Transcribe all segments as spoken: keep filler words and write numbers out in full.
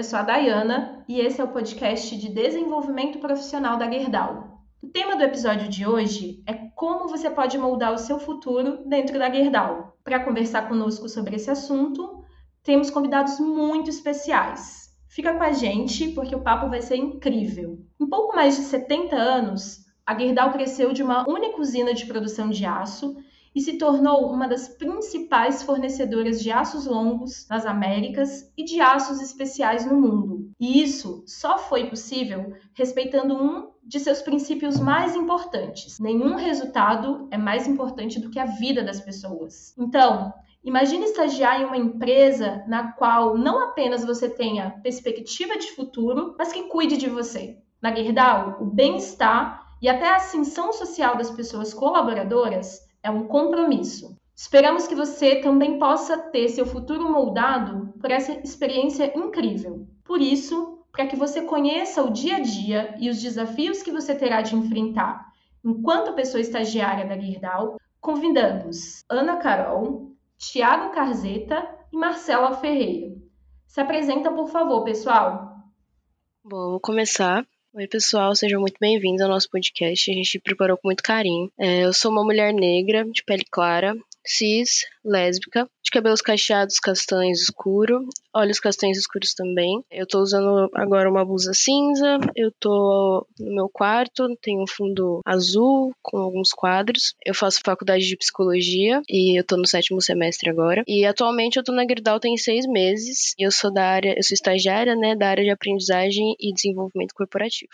sou a Dayana e esse é o podcast de desenvolvimento profissional da Gerdau. O tema do episódio de hoje é como você pode moldar o seu futuro dentro da Gerdau. Para conversar conosco sobre esse assunto, temos convidados muito especiais. Fica com a gente porque o papo vai ser incrível. Em pouco mais de setenta anos, a Gerdau cresceu de uma única usina de produção de aço e se tornou uma das principais fornecedoras de aços longos nas Américas e de aços especiais no mundo. E isso só foi possível respeitando um de seus princípios mais importantes. Nenhum resultado é mais importante do que a vida das pessoas. Então, imagine estagiar em uma empresa na qual não apenas você tenha perspectiva de futuro, mas que cuide de você. Na Gerdau, o bem-estar e até a ascensão social das pessoas colaboradoras é um compromisso. Esperamos que você também possa ter seu futuro moldado por essa experiência incrível. Por isso, para que você conheça o dia a dia e os desafios que você terá de enfrentar enquanto pessoa estagiária da Gerdau, convidamos Ana Carol, Thiago Carzeta e Marcela Ferreira. Se apresenta, por favor, pessoal. Bom, vou começar. Oi, pessoal, sejam muito bem-vindos ao nosso podcast. A gente preparou com muito carinho. É, eu sou uma mulher negra, de pele clara, cis, lésbica, de cabelos cacheados castanhos escuro, olhos castanhos escuros também. Eu tô usando agora uma blusa cinza, eu tô no meu quarto, tenho um fundo azul com alguns quadros. Eu faço faculdade de psicologia e eu tô no sétimo semestre agora. E atualmente eu tô na Gerdau tem seis meses e eu sou da área, eu sou estagiária, né, da área de aprendizagem e desenvolvimento corporativo.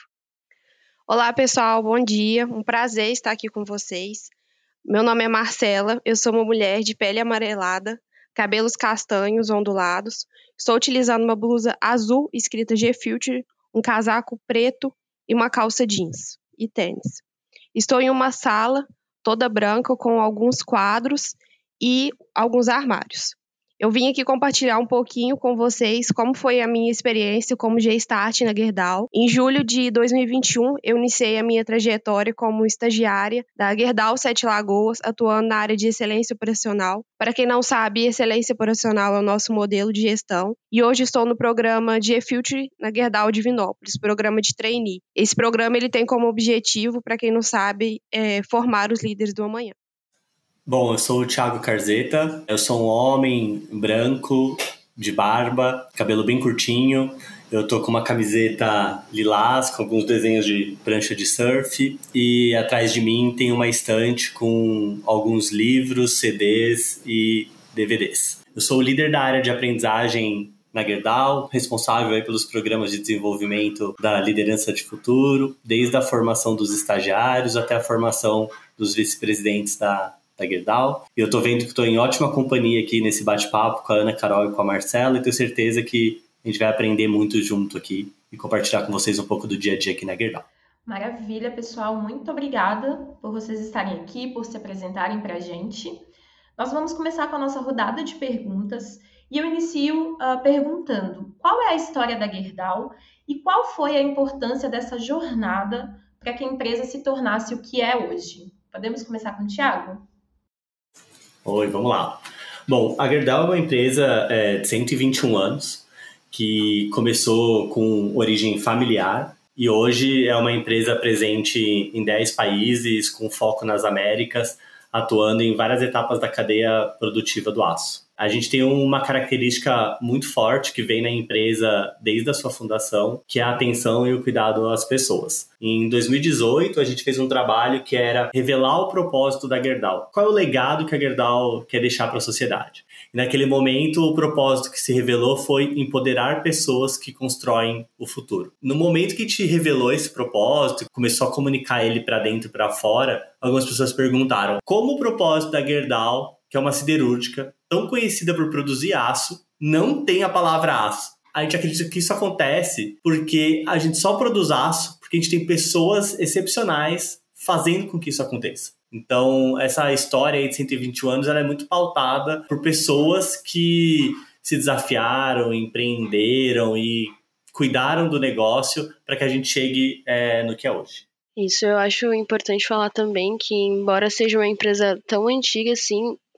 Olá, pessoal, bom dia. Um prazer estar aqui com vocês. Meu nome é Marcela, eu sou uma mulher de pele amarelada, cabelos castanhos ondulados. Estou utilizando uma blusa azul escrita G-Future, um casaco preto e uma calça jeans e tênis. Estou em uma sala toda branca com alguns quadros e alguns armários. Eu vim aqui compartilhar um pouquinho com vocês como foi a minha experiência como G-Start na Gerdau. Em julho de dois mil e vinte e um, eu iniciei a minha trajetória como estagiária da Gerdau Sete Lagoas, atuando na área de excelência operacional. Para quem não sabe, excelência operacional é o nosso modelo de gestão. E hoje estou no programa G-Future na Gerdau Divinópolis, programa de trainee. Esse programa ele tem como objetivo, para quem não sabe, é formar os líderes do amanhã. Bom, eu sou o Thiago Carzeta, eu sou um homem branco, de barba, cabelo bem curtinho, eu tô com uma camiseta lilás, com alguns desenhos de prancha de surf, e atrás de mim tem uma estante com alguns livros, C Ds e D V Ds. Eu sou o líder da área de aprendizagem na Gerdau, responsável aí pelos programas de desenvolvimento da liderança de futuro, desde a formação dos estagiários até a formação dos vice-presidentes da da Gerdau. E eu tô vendo que estou em ótima companhia aqui nesse bate-papo com a Ana Carol e com a Marcela, e tenho certeza que a gente vai aprender muito junto aqui e compartilhar com vocês um pouco do dia a dia aqui na Gerdau. Maravilha, pessoal. Muito obrigada por vocês estarem aqui, por se apresentarem para a gente. Nós vamos começar com a nossa rodada de perguntas e eu inicio uh, perguntando qual é a história da Gerdau e qual foi a importância dessa jornada para que a empresa se tornasse o que é hoje. Podemos começar com o Thiago? Oi, vamos lá. Bom, a Gerdau é uma empresa é, de cento e vinte e um anos, que começou com origem familiar e hoje é uma empresa presente em dez países, com foco nas Américas, atuando em várias etapas da cadeia produtiva do aço. A gente tem uma característica muito forte que vem na empresa desde a sua fundação, que é a atenção e o cuidado às pessoas. Em dois mil e dezoito, a gente fez um trabalho que era revelar o propósito da Gerdau. Qual é o legado que a Gerdau quer deixar para a sociedade? E naquele momento, o propósito que se revelou foi empoderar pessoas que constroem o futuro. No momento que te revelou esse propósito, começou a comunicar ele para dentro e para fora, algumas pessoas perguntaram como o propósito da Gerdau, que é uma siderúrgica tão conhecida por produzir aço, não tem a palavra aço. A gente acredita que isso acontece porque a gente só produz aço porque a gente tem pessoas excepcionais fazendo com que isso aconteça. Então, essa história aí de cento e vinte e um anos ela é muito pautada por pessoas que se desafiaram, empreenderam e cuidaram do negócio para que a gente chegue é, no que é hoje. Isso, eu acho importante falar também que, embora seja uma empresa tão antiga assim,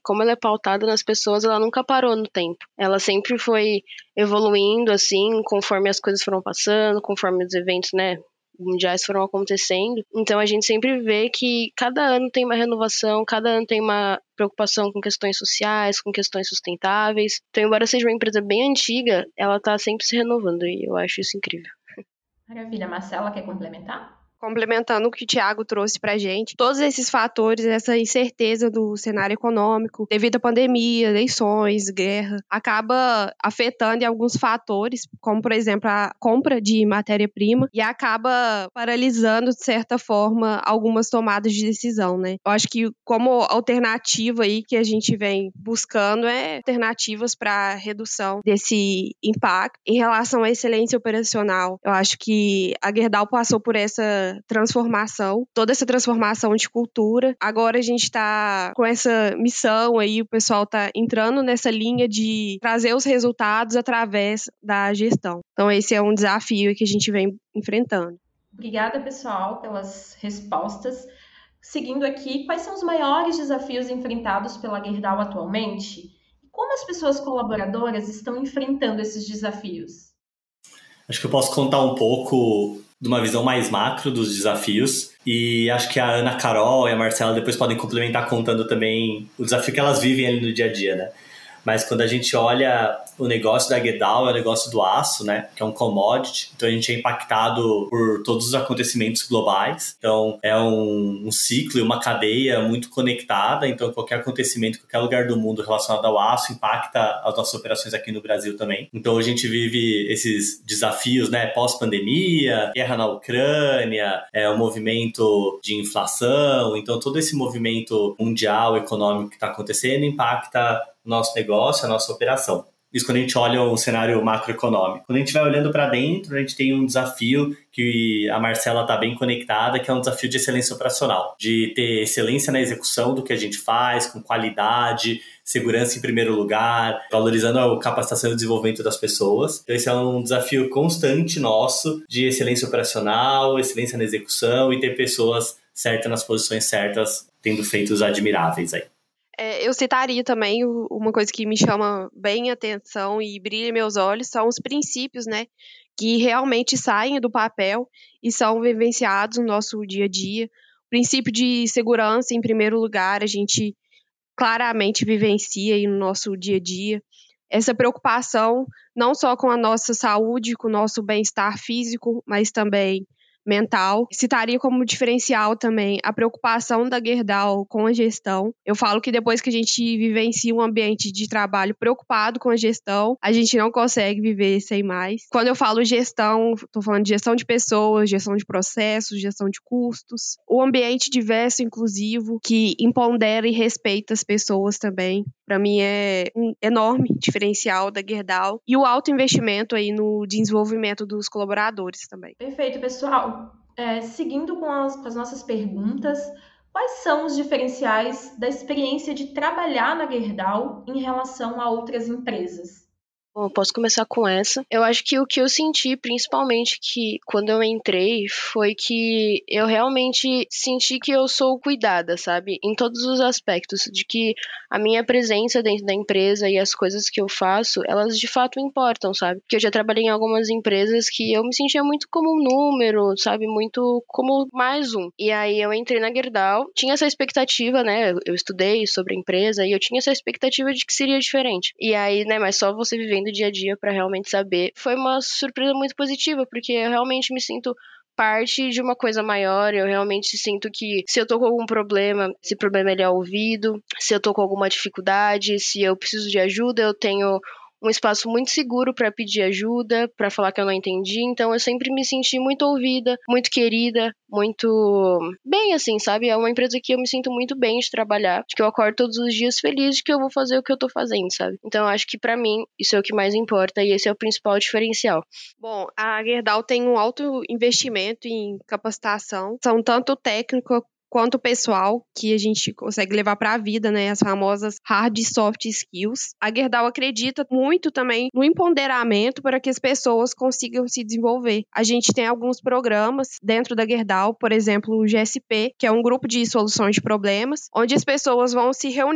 como ela é pautada nas pessoas, ela nunca parou no tempo. Ela sempre foi evoluindo, assim, conforme as coisas foram passando, conforme os eventos, né, mundiais foram acontecendo. Então a gente sempre vê que cada ano tem uma renovação, cada ano tem uma preocupação com questões sociais, com questões sustentáveis. Então, embora seja uma empresa bem antiga, ela tá sempre se renovando e eu acho isso incrível. Maravilha. Marcela, quer complementar? Complementando o que o Thiago trouxe para a gente, todos esses fatores, essa incerteza do cenário econômico, devido à pandemia, eleições, guerra, acaba afetando em alguns fatores, como, por exemplo, a compra de matéria-prima, e acaba paralisando, de certa forma, algumas tomadas de decisão, né? Eu acho que como alternativa aí que a gente vem buscando é alternativas para redução desse impacto. Em relação à excelência operacional, eu acho que a Gerdau passou por essa transformação, toda essa transformação de cultura. Agora a gente está com essa missão aí, o pessoal está entrando nessa linha de trazer os resultados através da gestão. Então esse é um desafio que a gente vem enfrentando. Obrigada, pessoal, pelas respostas. Seguindo aqui, quais são os maiores desafios enfrentados pela Gerdau atualmente? E como as pessoas colaboradoras estão enfrentando esses desafios? Acho que eu posso contar um pouco de uma visão mais macro dos desafios e acho que a Ana, a Carol e a Marcela depois podem complementar contando também o desafio que elas vivem ali no dia a dia, né? Mas quando a gente olha o negócio da Gerdau, é o negócio do aço, né? Que é um commodity. Então a gente é impactado por todos os acontecimentos globais. Então é um, um ciclo e uma cadeia muito conectada. Então qualquer acontecimento em qualquer lugar do mundo relacionado ao aço impacta as nossas operações aqui no Brasil também. Então a gente vive esses desafios, né? Pós-pandemia, guerra na Ucrânia, é, o movimento de inflação. Então todo esse movimento mundial, econômico que está acontecendo impacta o nosso negócio, a nossa operação. Isso quando a gente olha um cenário macroeconômico. Quando a gente vai olhando para dentro, a gente tem um desafio que a Marcela está bem conectada, que é um desafio de excelência operacional, de ter excelência na execução do que a gente faz, com qualidade, segurança em primeiro lugar, valorizando a capacitação e desenvolvimento das pessoas. Então esse é um desafio constante nosso de excelência operacional, excelência na execução e ter pessoas certas nas posições certas, tendo feitos admiráveis aí. É, eu citaria também uma coisa que me chama bem a atenção e brilha meus olhos, são os princípios, né, que realmente saem do papel e são vivenciados no nosso dia a dia. O princípio de segurança, em primeiro lugar, a gente claramente vivencia aí no nosso dia a dia. Essa preocupação não só com a nossa saúde, com o nosso bem-estar físico, mas também mental. Citaria como diferencial também a preocupação da Gerdau com a gestão. Eu falo que depois que a gente vivencia um ambiente de trabalho preocupado com a gestão, a gente não consegue viver sem mais. Quando eu falo gestão, estou falando de gestão de pessoas, gestão de processos, gestão de custos. O ambiente diverso e inclusivo que empodera e respeita as pessoas também. Para mim é um enorme diferencial da Gerdau. E o alto investimento aí no desenvolvimento dos colaboradores também. Perfeito, pessoal. É, seguindo com as, com as nossas perguntas, quais são os diferenciais da experiência de trabalhar na Gerdau em relação a outras empresas? Bom, eu posso começar com essa. Eu acho que o que eu senti, principalmente, que quando eu entrei, foi que eu realmente senti que eu sou cuidada, sabe? Em todos os aspectos, de que a minha presença dentro da empresa e as coisas que eu faço, elas de fato importam, sabe? Porque eu já trabalhei em algumas empresas que eu me sentia muito como um número, sabe? Muito como mais um. E aí eu entrei na Gerdau, tinha essa expectativa, né? Eu estudei sobre a empresa e eu tinha essa expectativa de que seria diferente. E aí, né, mas só você vivendo do dia a dia para realmente saber. Foi uma surpresa muito positiva, porque eu realmente me sinto parte de uma coisa maior, eu realmente sinto que se eu tô com algum problema, esse problema ele é ouvido, se eu tô com alguma dificuldade, se eu preciso de ajuda, eu tenho um espaço muito seguro para pedir ajuda, para falar que eu não entendi, então eu sempre me senti muito ouvida, muito querida, muito bem, assim, sabe? É uma empresa que eu me sinto muito bem de trabalhar, de que eu acordo todos os dias feliz de que eu vou fazer o que eu tô fazendo, sabe? Então eu acho que para mim isso é o que mais importa e esse é o principal diferencial. Bom, a Gerdau tem um alto investimento em capacitação, são tanto técnico quanto pessoal, que a gente consegue levar para a vida, né, as famosas hard e soft skills. A Gerdau acredita muito também no empoderamento para que as pessoas consigam se desenvolver. A gente tem alguns programas dentro da Gerdau, por exemplo, o G S P, que é um grupo de soluções de problemas, onde as pessoas vão se reunir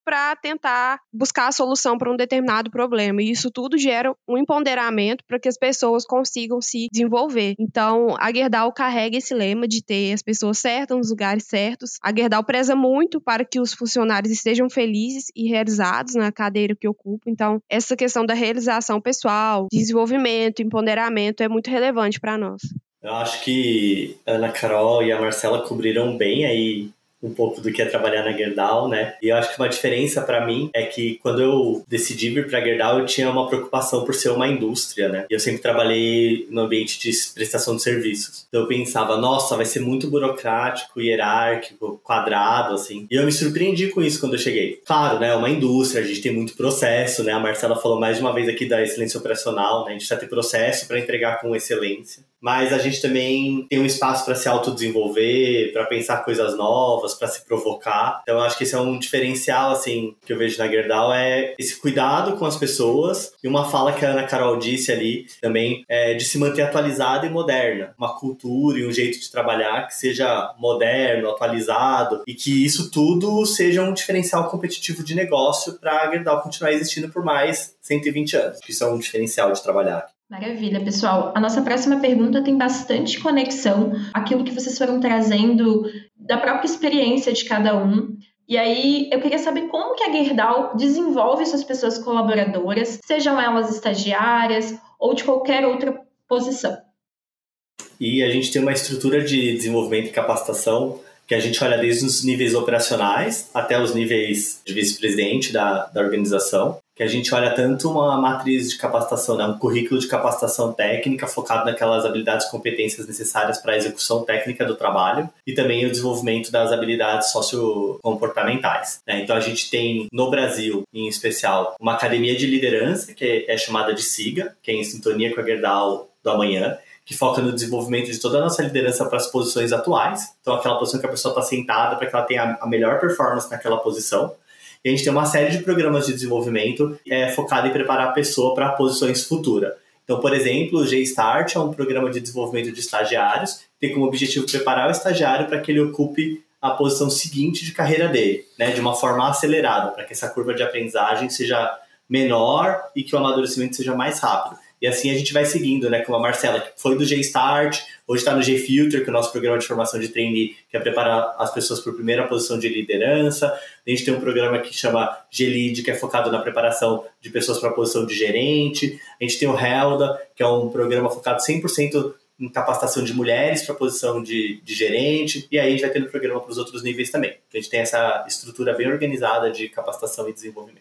para tentar buscar a solução para um determinado problema. E isso tudo gera um empoderamento para que as pessoas consigam se desenvolver. Então, a Gerdau carrega esse lema de ter as pessoas certas nos lugares certos. A Gerdau preza muito para que os funcionários estejam felizes e realizados na cadeira que ocupam. Então, essa questão da realização pessoal, desenvolvimento, empoderamento é muito relevante para nós. Eu acho que a Ana Carol e a Marcela cobriram bem aí um pouco do que é trabalhar na Gerdau, né? E eu acho que uma diferença para mim é que quando eu decidi vir para a Gerdau, eu tinha uma preocupação por ser uma indústria, né? E eu sempre trabalhei no ambiente de prestação de serviços. Então eu pensava, nossa, vai ser muito burocrático, hierárquico, quadrado, assim. E eu me surpreendi com isso quando eu cheguei. Claro, né? É uma indústria, a gente tem muito processo, né? A Marcela falou mais de uma vez aqui da excelência operacional, né? A gente precisa ter processo para entregar com excelência. Mas a gente também tem um espaço para se autodesenvolver, para pensar coisas novas, para se provocar. Então, eu acho que esse é um diferencial, assim, que eu vejo na Gerdau, é esse cuidado com as pessoas. E uma fala que a Ana Carol disse ali também, é de se manter atualizada e moderna. Uma cultura e um jeito de trabalhar que seja moderno, atualizado, e que isso tudo seja um diferencial competitivo de negócio para a Gerdau continuar existindo por mais cento e vinte anos. Isso é um diferencial de trabalhar. Maravilha, pessoal. A nossa próxima pergunta tem bastante conexão àquilo que vocês foram trazendo da própria experiência de cada um. E aí, eu queria saber como que a Gerdau desenvolve suas pessoas colaboradoras, sejam elas estagiárias ou de qualquer outra posição. E a gente tem uma estrutura de desenvolvimento e capacitação que a gente olha desde os níveis operacionais até os níveis de vice-presidente da, da organização, que a gente olha tanto uma matriz de capacitação, né, um currículo de capacitação técnica focado naquelas habilidades e competências necessárias para a execução técnica do trabalho e também o desenvolvimento das habilidades sociocomportamentais, né? Então a gente tem no Brasil, em especial, uma academia de liderança que é chamada de SIGA, que é em sintonia com a Gerdau do amanhã, que foca no desenvolvimento de toda a nossa liderança para as posições atuais. Então, aquela posição que a pessoa está sentada para que ela tenha a melhor performance naquela posição. E a gente tem uma série de programas de desenvolvimento é, focado em preparar a pessoa para posições futuras. Então, por exemplo, o G-Start é um programa de desenvolvimento de estagiários que tem como objetivo preparar o estagiário para que ele ocupe a posição seguinte de carreira dele, né, de uma forma acelerada, para que essa curva de aprendizagem seja menor e que o amadurecimento seja mais rápido. E assim a gente vai seguindo, né? Como a Marcela, que foi do G-Start, hoje está no G-Filter, que é o nosso programa de formação de trainee, que é preparar as pessoas para a primeira posição de liderança. A gente tem um programa que chama G-Lead, que é focado na preparação de pessoas para a posição de gerente. A gente tem o Helda, que é um programa focado cem por cento em capacitação de mulheres para a posição de, de gerente. E aí a gente vai tendo programa para os outros níveis também. A gente tem essa estrutura bem organizada de capacitação e desenvolvimento.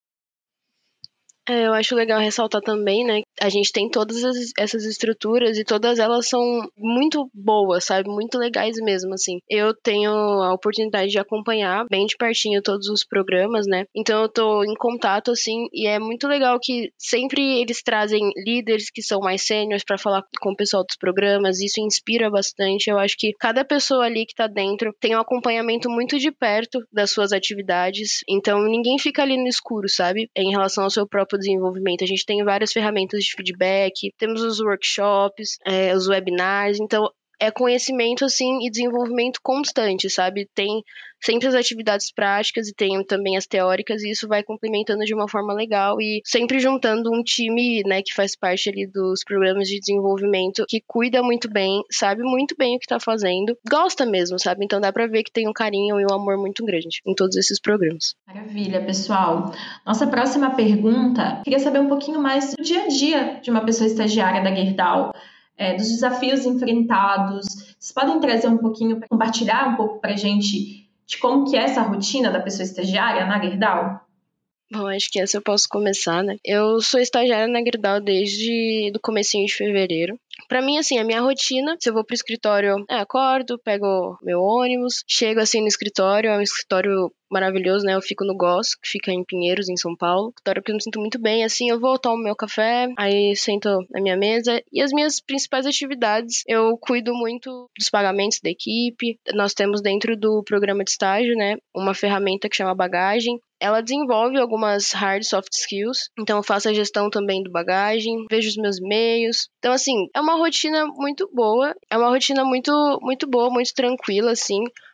É, eu acho legal ressaltar também, né, a gente tem todas as, essas estruturas e todas elas são muito boas, sabe, muito legais mesmo, assim. Eu tenho a oportunidade de acompanhar bem de pertinho todos os programas, né, então eu tô em contato, assim, e é muito legal que sempre eles trazem líderes que são mais sêniores para falar com o pessoal dos programas, isso inspira bastante. Eu acho que cada pessoa ali que tá dentro tem um acompanhamento muito de perto das suas atividades, então ninguém fica ali no escuro, sabe, em relação ao seu próprio desenvolvimento. A gente tem várias ferramentas de feedback, temos os workshops, é, os webinars, então é conhecimento, assim, e desenvolvimento constante, sabe? Tem sempre as atividades práticas e tem também as teóricas, e isso vai complementando de uma forma legal e sempre juntando um time, né, que faz parte ali dos programas de desenvolvimento, que cuida muito bem, sabe muito bem o que tá fazendo, gosta mesmo, sabe? Então dá pra ver que tem um carinho e um amor muito grande em todos esses programas. Maravilha, pessoal. Nossa próxima pergunta, queria saber um pouquinho mais do dia a dia de uma pessoa estagiária da Gerdau, é, dos desafios enfrentados. Vocês podem trazer um pouquinho, compartilhar um pouco pra gente de como que é essa rotina da pessoa estagiária na Gerdau? Bom, acho que essa eu posso começar, né? Eu sou estagiária na Gerdau desde o comecinho de fevereiro. Pra mim, assim, a minha rotina, se eu vou pro escritório, é, acordo, pego meu ônibus, chego assim no escritório, é um escritório maravilhoso, né? Eu fico no Goss, que fica em Pinheiros, em São Paulo. Escritório que eu me sinto muito bem, assim, eu vou, tomo meu café, aí sento na minha mesa. E as minhas principais atividades, eu cuido muito dos pagamentos da equipe. Nós temos dentro do programa de estágio, né, uma ferramenta que chama Bagagem. Ela desenvolve algumas hard soft skills, então eu faço a gestão também do bagagem, vejo os meus e-mails. Então, assim, é uma rotina muito boa, é uma rotina muito, muito boa, muito tranquila, assim.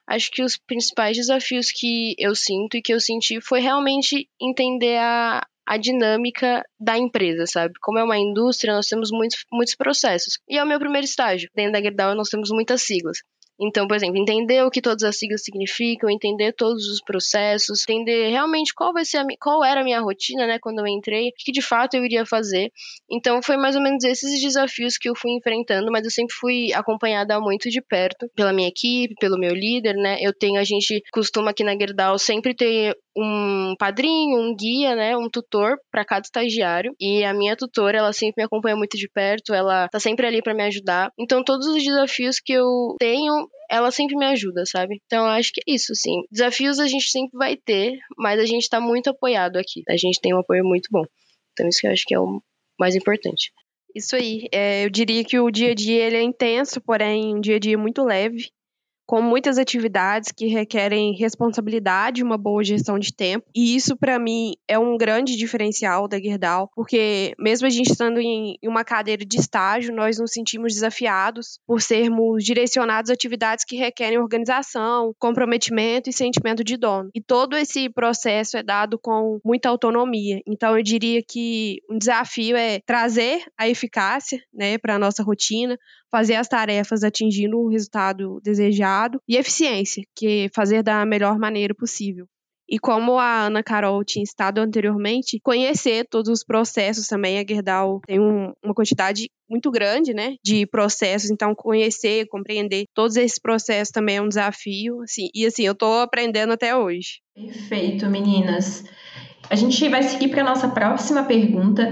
acho que os principais desafios que eu sinto e que eu senti foi realmente entender a, a dinâmica da empresa, sabe? Como é uma indústria, nós temos muitos, muitos processos. E é o meu primeiro estágio. Dentro da Gerdau, nós temos muitas siglas. Então, por exemplo, entender o que todas as siglas significam, entender todos os processos, entender realmente qual vai ser a, qual era a minha rotina, né, quando eu entrei, o que de fato eu iria fazer. Então, foi mais ou menos esses desafios que eu fui enfrentando, mas eu sempre fui acompanhada muito de perto pela minha equipe, pelo meu líder, né? Eu tenho, a gente costuma aqui na Gerdau sempre ter um padrinho, um guia, né, um tutor para cada estagiário. E a minha tutora, ela sempre me acompanha muito de perto, ela tá sempre ali para me ajudar. Então, todos os desafios que eu tenho, ela sempre me ajuda, sabe? Então, eu acho que é isso, sim. Desafios a gente sempre vai ter, mas a gente tá muito apoiado aqui. A gente tem um apoio muito bom. Então, isso que eu acho que é o mais importante. Isso aí. É, eu diria que o dia a dia ele é intenso, porém um dia a dia muito leve, com muitas atividades que requerem responsabilidade e uma boa gestão de tempo. E isso, para mim, é um grande diferencial da Gerdau, porque mesmo a gente estando em uma cadeira de estágio, nós nos sentimos desafiados por sermos direcionados a atividades que requerem organização, comprometimento e sentimento de dono. E todo esse processo é dado com muita autonomia. Então, eu diria que um desafio é trazer a eficácia, né, para a nossa rotina, fazer as tarefas atingindo o resultado desejado e eficiência, que é fazer da melhor maneira possível. E como a Ana Carol tinha estado anteriormente, conhecer todos os processos também. A Gerdau tem um, uma quantidade muito grande, né, de processos, então conhecer, compreender todos esses processos também é um desafio, assim, e assim, eu estou aprendendo até hoje. Perfeito, meninas. A gente vai seguir para a nossa próxima pergunta,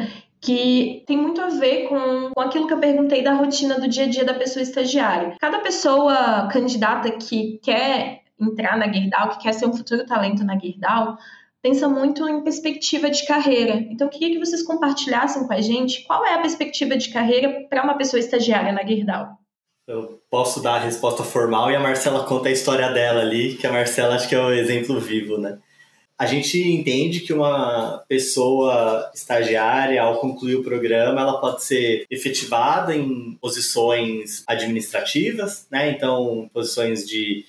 que tem muito a ver com, com aquilo que eu perguntei da rotina do dia a dia da pessoa estagiária. Cada pessoa candidata que quer entrar na Gerdau, que quer ser um futuro talento na Gerdau, pensa muito em perspectiva de carreira. Então, eu queria que vocês compartilhassem com a gente qual é a perspectiva de carreira para uma pessoa estagiária na Gerdau. Eu posso dar a resposta formal e a Marcela conta a história dela ali, que a Marcela acho que é o exemplo vivo, né? A gente entende que uma pessoa estagiária, ao concluir o programa, ela pode ser efetivada em posições administrativas, né? Então, posições de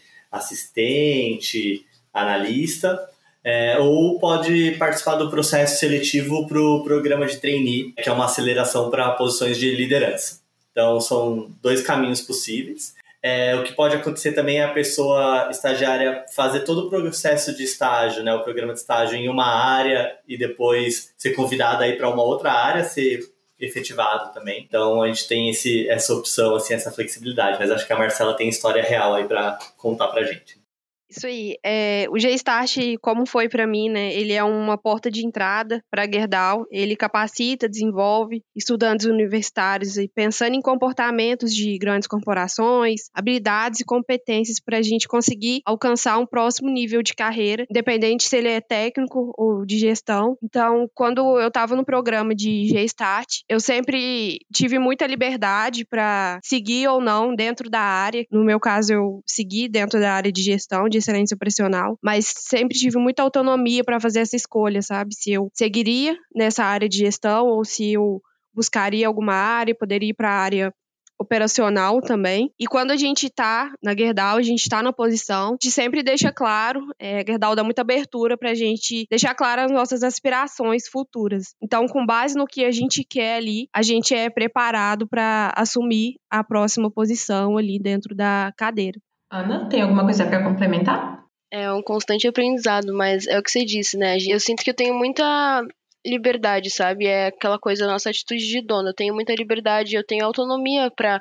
assistente, analista, é, ou pode participar do processo seletivo para o programa de trainee, que é uma aceleração para posições de liderança. Então, são dois caminhos possíveis. É, o que pode acontecer também é a pessoa estagiária fazer todo o processo de estágio, né, o programa de estágio em uma área e depois ser convidada a ir para uma outra área, ser efetivado também. Então a gente tem esse, essa opção, assim, essa flexibilidade, mas acho que a Marcela tem história real aí para contar para a gente. Isso aí. É, o G-Start, como foi para mim, né? Ele é uma porta de entrada para a Gerdau. Ele capacita, desenvolve estudantes universitários e pensando em comportamentos de grandes corporações, habilidades e competências para a gente conseguir alcançar um próximo nível de carreira, independente se ele é técnico ou de gestão. Então, quando eu estava no programa de G-Start, eu sempre tive muita liberdade para seguir ou não dentro da área. No meu caso, eu segui dentro da área de gestão, de excelência operacional, mas sempre tive muita autonomia para fazer essa escolha, sabe? Se eu seguiria nessa área de gestão ou se eu buscaria alguma área, poderia ir para a área operacional também. E quando a gente está na Gerdau, a gente está na posição, a gente sempre deixa claro, é, a Gerdau dá muita abertura para a gente deixar claras as nossas aspirações futuras. Então, com base no que a gente quer ali, a gente é preparado para assumir a próxima posição ali dentro da cadeira. Ana, tem alguma coisa para complementar? É um constante aprendizado, mas é o que você disse, né? Eu sinto que eu tenho muita liberdade, sabe? É aquela coisa, nossa atitude de dono. Eu tenho muita liberdade, eu tenho autonomia pra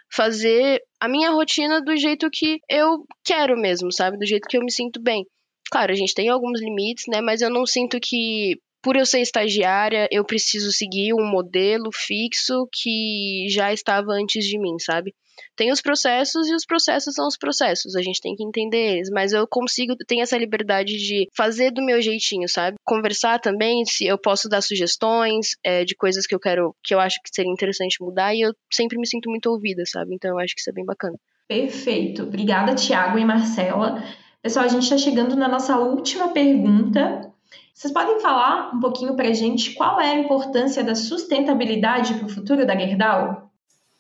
fazer a minha rotina do jeito que eu quero mesmo, sabe? Do jeito que eu me sinto bem. Claro, a gente tem alguns limites, né? Mas eu não sinto que, por eu ser estagiária, eu preciso seguir um modelo fixo que já estava antes de mim, sabe? Tem os processos e os processos são os processos, a gente tem que entender eles, mas eu consigo, tenho essa liberdade de fazer do meu jeitinho, sabe? Conversar também, se eu posso dar sugestões é, de coisas que eu quero, que eu acho que seria interessante mudar, e eu sempre me sinto muito ouvida, sabe? Então eu acho que isso é bem bacana. Perfeito, obrigada Thiago e Marcela. Pessoal, a gente está chegando na nossa última pergunta. Vocês podem falar um pouquinho pra gente qual é a importância da sustentabilidade para o futuro da Gerdau?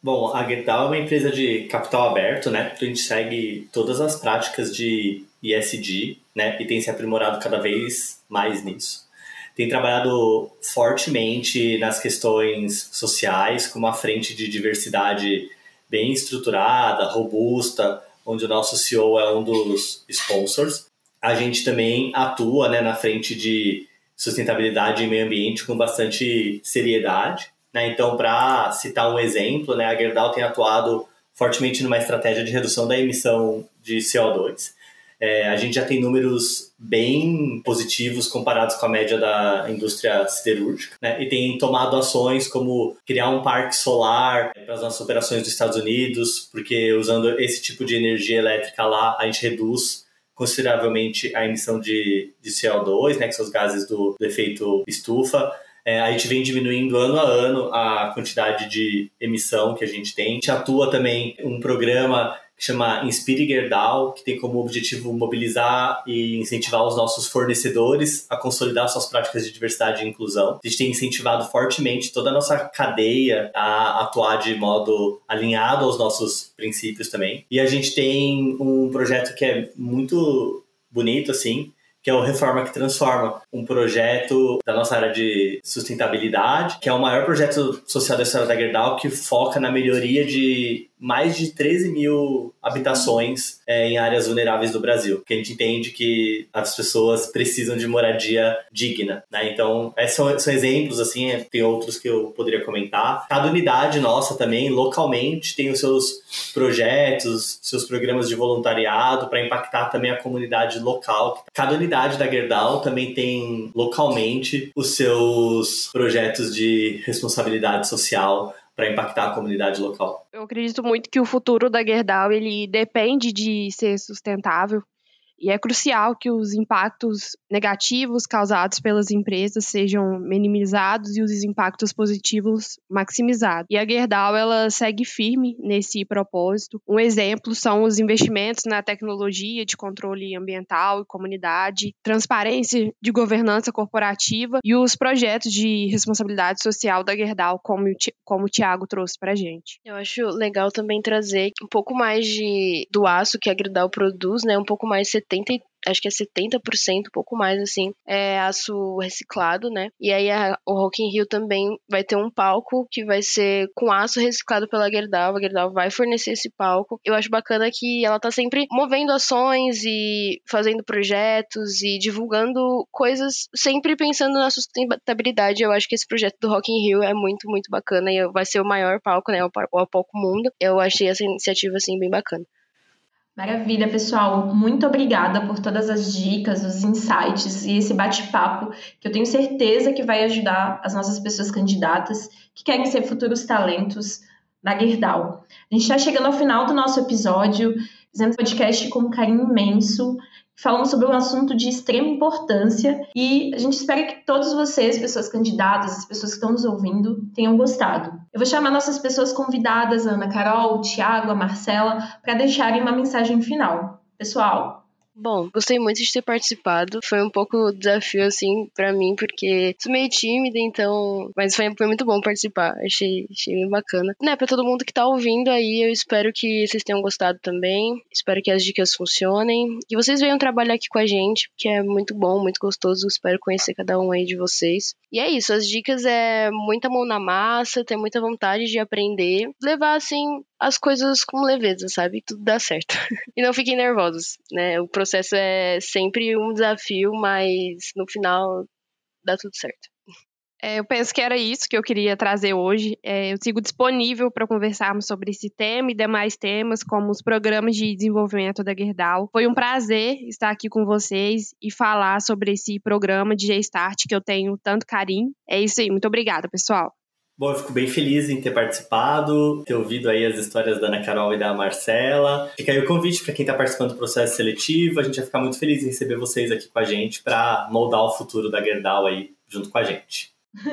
Bom, a Gerdau é uma empresa de capital aberto, né? Então a gente segue todas as práticas de E S G, né? E tem se aprimorado cada vez mais nisso. Tem trabalhado fortemente nas questões sociais, com uma frente de diversidade bem estruturada, robusta, onde o nosso C E O é um dos sponsors. A gente também atua, né, na frente de sustentabilidade e meio ambiente com bastante seriedade, né? Então, para citar um exemplo, né, a Gerdau tem atuado fortemente numa estratégia de redução da emissão de C O dois. É, a gente já tem números bem positivos comparados com a média da indústria siderúrgica, né? E tem tomado ações como criar um parque solar para as nossas operações dos Estados Unidos, porque usando esse tipo de energia elétrica lá, a gente reduz consideravelmente a emissão de, de C O dois, né, que são os gases do, do efeito estufa. É, a gente vem diminuindo ano a ano a quantidade de emissão que a gente tem. A gente atua também um programa que chama Inspire Gerdau, que tem como objetivo mobilizar e incentivar os nossos fornecedores a consolidar suas práticas de diversidade e inclusão. A gente tem incentivado fortemente toda a nossa cadeia a atuar de modo alinhado aos nossos princípios também. E a gente tem um projeto que é muito bonito, assim, que é o Reforma que Transforma, um projeto da nossa área de sustentabilidade, que é o maior projeto social da história da Gerdau, que foca na melhoria de mais de treze mil habitações é, em áreas vulneráveis do Brasil, que a gente entende que as pessoas precisam de moradia digna, né? Então, esses são, são exemplos, assim, tem outros que eu poderia comentar. Cada unidade nossa também, localmente, tem os seus projetos, seus programas de voluntariado para impactar também a comunidade local. Cada unidade da Gerdau também tem, localmente, os seus projetos de responsabilidade social para impactar a comunidade local. Eu acredito muito que o futuro da Gerdau ele depende de ser sustentável e é crucial que os impactos negativos causados pelas empresas sejam minimizados e os impactos positivos maximizados. E a Gerdau ela segue firme nesse propósito. Um exemplo são os investimentos na tecnologia de controle ambiental e comunidade, transparência de governança corporativa e os projetos de responsabilidade social da Gerdau, como, como o Thiago trouxe para a gente. Eu acho legal também trazer um pouco mais de, do aço que a Gerdau produz, né? Um pouco mais setenta, acho que é setenta por cento, um pouco mais assim, é aço reciclado, né? E aí a, o Rock in Rio também vai ter um palco que vai ser com aço reciclado pela Gerdau. A Gerdau vai fornecer esse palco. Eu acho bacana que ela tá sempre movendo ações e fazendo projetos e divulgando coisas, sempre pensando na sustentabilidade. Eu acho que esse projeto do Rock in Rio é muito, muito bacana e vai ser o maior palco, né? O, o Palco Mundo. Eu achei essa iniciativa, assim, bem bacana. Maravilha, pessoal. Muito obrigada por todas as dicas, os insights e esse bate-papo que eu tenho certeza que vai ajudar as nossas pessoas candidatas que querem ser futuros talentos na Gerdau. A gente está chegando ao final do nosso episódio, fizemos um podcast com um carinho imenso. Falamos sobre um assunto de extrema importância e a gente espera que todos vocês, pessoas candidatas, as pessoas que estão nos ouvindo, tenham gostado. Eu vou chamar nossas pessoas convidadas, a Ana Carol, o Thiago, a Marcela, para deixarem uma mensagem final. Pessoal... Bom, gostei muito de ter participado. Foi um pouco desafio, assim, pra mim, porque sou meio tímida, então... Mas foi, foi muito bom participar. Achei, achei bem bacana. Né, pra todo mundo que tá ouvindo aí, eu espero que vocês tenham gostado também. Espero que as dicas funcionem. Que vocês venham trabalhar aqui com a gente, que é muito bom, muito gostoso. Espero conhecer cada um aí de vocês. E é isso, as dicas é muita mão na massa, ter muita vontade de aprender. Levar, assim... as coisas com leveza, sabe? Tudo dá certo. E não fiquem nervosos, né? O processo é sempre um desafio, mas no final dá tudo certo. É, eu penso que era isso que eu queria trazer hoje. É, eu sigo disponível para conversarmos sobre esse tema e demais temas, como os programas de desenvolvimento da Gerdau. Foi um prazer estar aqui com vocês e falar sobre esse programa de G-Start que eu tenho tanto carinho. É isso aí. Muito obrigada, pessoal. Bom, eu fico bem feliz em ter participado, ter ouvido aí as histórias da Ana Carol e da Marcela. Fica aí o convite para quem está participando do processo seletivo. A gente vai ficar muito feliz em receber vocês aqui com a gente para moldar o futuro da Gerdau aí junto com a gente.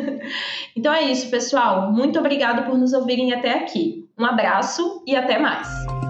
Então é isso, pessoal. Muito obrigado por nos ouvirem até aqui. Um abraço e até mais.